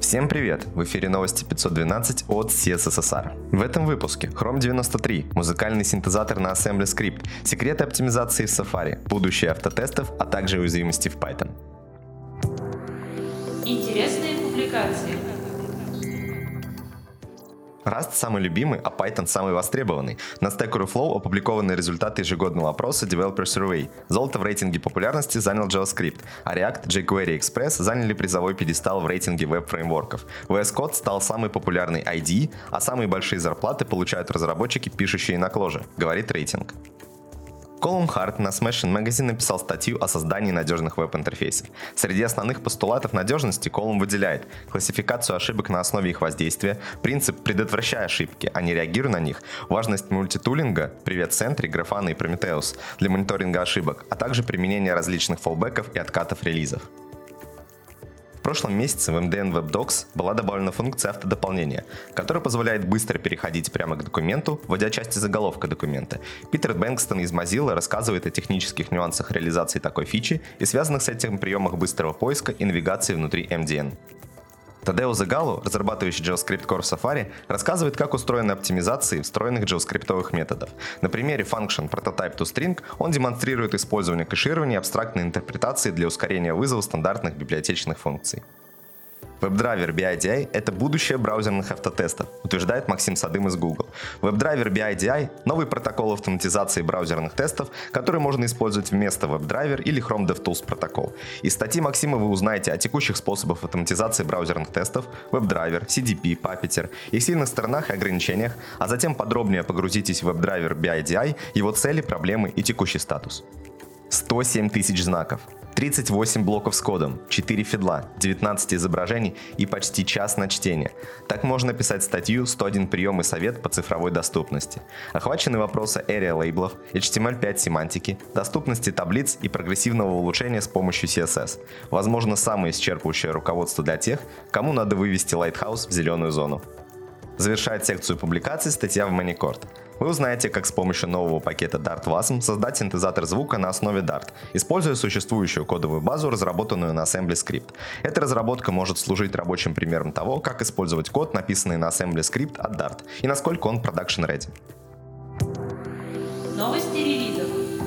Всем привет! В эфире новости 512 от CSSR. В этом выпуске Chrome 93, музыкальный синтезатор на AssemblyScript, секреты оптимизации в Safari, будущее автотестов, а также уязвимости в Python. Интересные публикации. Rust самый любимый, а Python самый востребованный. На Stack Overflow опубликованы результаты ежегодного опроса Developer Survey. Золото в рейтинге популярности занял JavaScript, а React, jQuery и Express заняли призовой пьедестал в рейтинге веб-фреймворков. VS Code стал самой популярной IDE, а самые большие зарплаты получают разработчики, пишущие на Clojure, говорит рейтинг. Колум Харт на Smashing Magazine написал статью о создании надежных веб-интерфейсов. Среди основных постулатов надежности Колум выделяет классификацию ошибок на основе их воздействия, принцип «предотвращай ошибки, а не реагируй на них», важность мультитулинга, привет Sentry, Grafana и Prometheus для мониторинга ошибок, а также применение различных фоллбеков и откатов релизов. В прошлом месяце в MDN WebDocs была добавлена функция автодополнения, которая позволяет быстро переходить прямо к документу, вводя части заголовка документа. Питер Бэнкстон из Mozilla рассказывает о технических нюансах реализации такой фичи и связанных с этим приемах быстрого поиска и навигации внутри MDN. Тадео Загалу, разрабатывающий JavaScript Core в Safari, рассказывает, как устроены оптимизации встроенных JavaScript методов. На примере function prototype2string он демонстрирует использование кэширования и абстрактной интерпретации для ускорения вызова стандартных библиотечных функций. WebDriver BIDI — это будущее браузерных автотестов, утверждает Максим Садым из Google. WebDriver BIDI — новый протокол автоматизации браузерных тестов, который можно использовать вместо WebDriver или Chrome DevTools протокол. Из статьи Максима вы узнаете о текущих способах автоматизации браузерных тестов, WebDriver, CDP, Puppeteer, их сильных сторонах и ограничениях, а затем подробнее погрузитесь в WebDriver BIDI, его цели, проблемы и текущий статус. 107 тысяч знаков, 38 блоков с кодом, 4 фидла, 19 изображений и почти час на чтение. Так можно писать статью «101 прием и совет по цифровой доступности». Охвачены вопросы area лейблов, HTML5 семантики, доступности таблиц и прогрессивного улучшения с помощью CSS. Возможно, самое исчерпывающее руководство для тех, кому надо вывести Lighthouse в зеленую зону. Завершает секцию публикаций статья в Manicord. Вы узнаете, как с помощью нового пакета Dart Wasm создать синтезатор звука на основе Dart, используя существующую кодовую базу, разработанную на AssemblyScript. Эта разработка может служить рабочим примером того, как использовать код, написанный на AssemblyScript от Dart, и насколько он production ready. Новости релизов.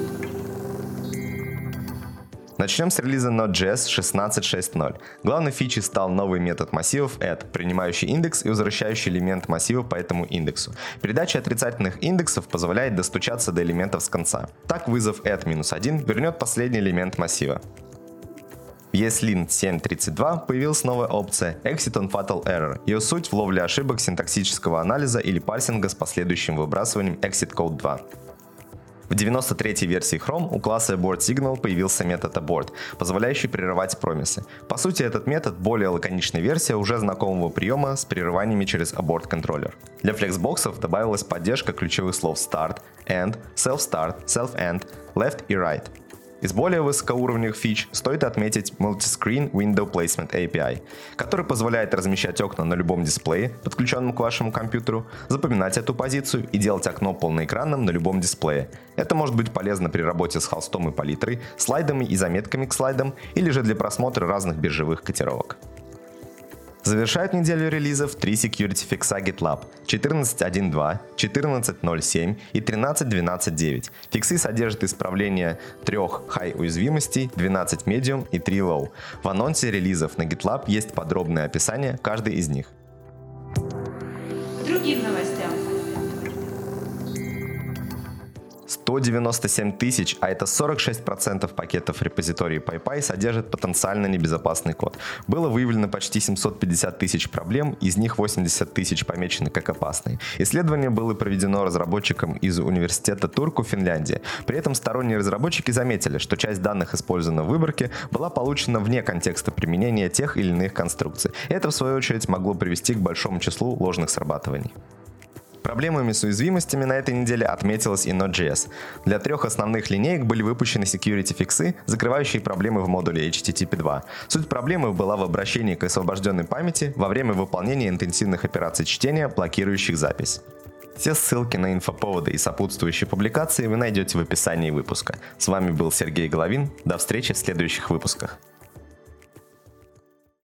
Начнем с релиза Node.js 16.6.0. Главной фичей стал новый метод массивов add, принимающий индекс и возвращающий элемент массива по этому индексу. Передача отрицательных индексов позволяет достучаться до элементов с конца. Так вызов add-1 вернет последний элемент массива. В ESLint 7.32 появилась новая опция Exit on Fatal Error. Ее суть в ловле ошибок синтаксического анализа или парсинга с последующим выбрасыванием Exit Code 2. В 93-й версии Chrome у класса AbortSignal появился метод abort, позволяющий прерывать промисы. По сути, этот метод более лаконичная версия уже знакомого приема с прерываниями через abort контроллер. Для флексбоксов добавилась поддержка ключевых слов start, end, self-start, self-end, left и right. Из более высокоуровневых фич стоит отметить Multiscreen Window Placement API, который позволяет размещать окна на любом дисплее, подключенном к вашему компьютеру, запоминать эту позицию и делать окно полноэкранным на любом дисплее. Это может быть полезно при работе с холстом и палитрой, слайдами и заметками к слайдам, или же для просмотра разных биржевых котировок. Завершают неделю релизов 3 security фикса GitLab 14.1.2, 14.0.7 и 13.12.9. Фиксы содержат исправление 3 high уязвимостей, 12 medium и 3 low. В анонсе релизов на GitLab есть подробное описание каждой из них. К другим новостям. 197 тысяч, а это 46% пакетов репозитории PyPy содержат потенциально небезопасный код. Было выявлено почти 750 тысяч проблем, из них 80 тысяч помечены как опасные. Исследование было проведено разработчиком из университета Турку, Финляндия. При этом сторонние разработчики заметили, что часть данных, использованных в выборке, была получена вне контекста применения тех или иных конструкций. Это, в свою очередь, могло привести к большому числу ложных срабатываний. Проблемами с уязвимостями на этой неделе отметилась и Node.js. Для 3 основных линеек были выпущены security фиксы, закрывающие проблемы в модуле HTTP 2. Суть проблемы была в обращении к освобожденной памяти во время выполнения интенсивных операций чтения, блокирующих запись. Все ссылки на инфоповоды и сопутствующие публикации вы найдете в описании выпуска. С вами был Сергей Головин. До встречи в следующих выпусках.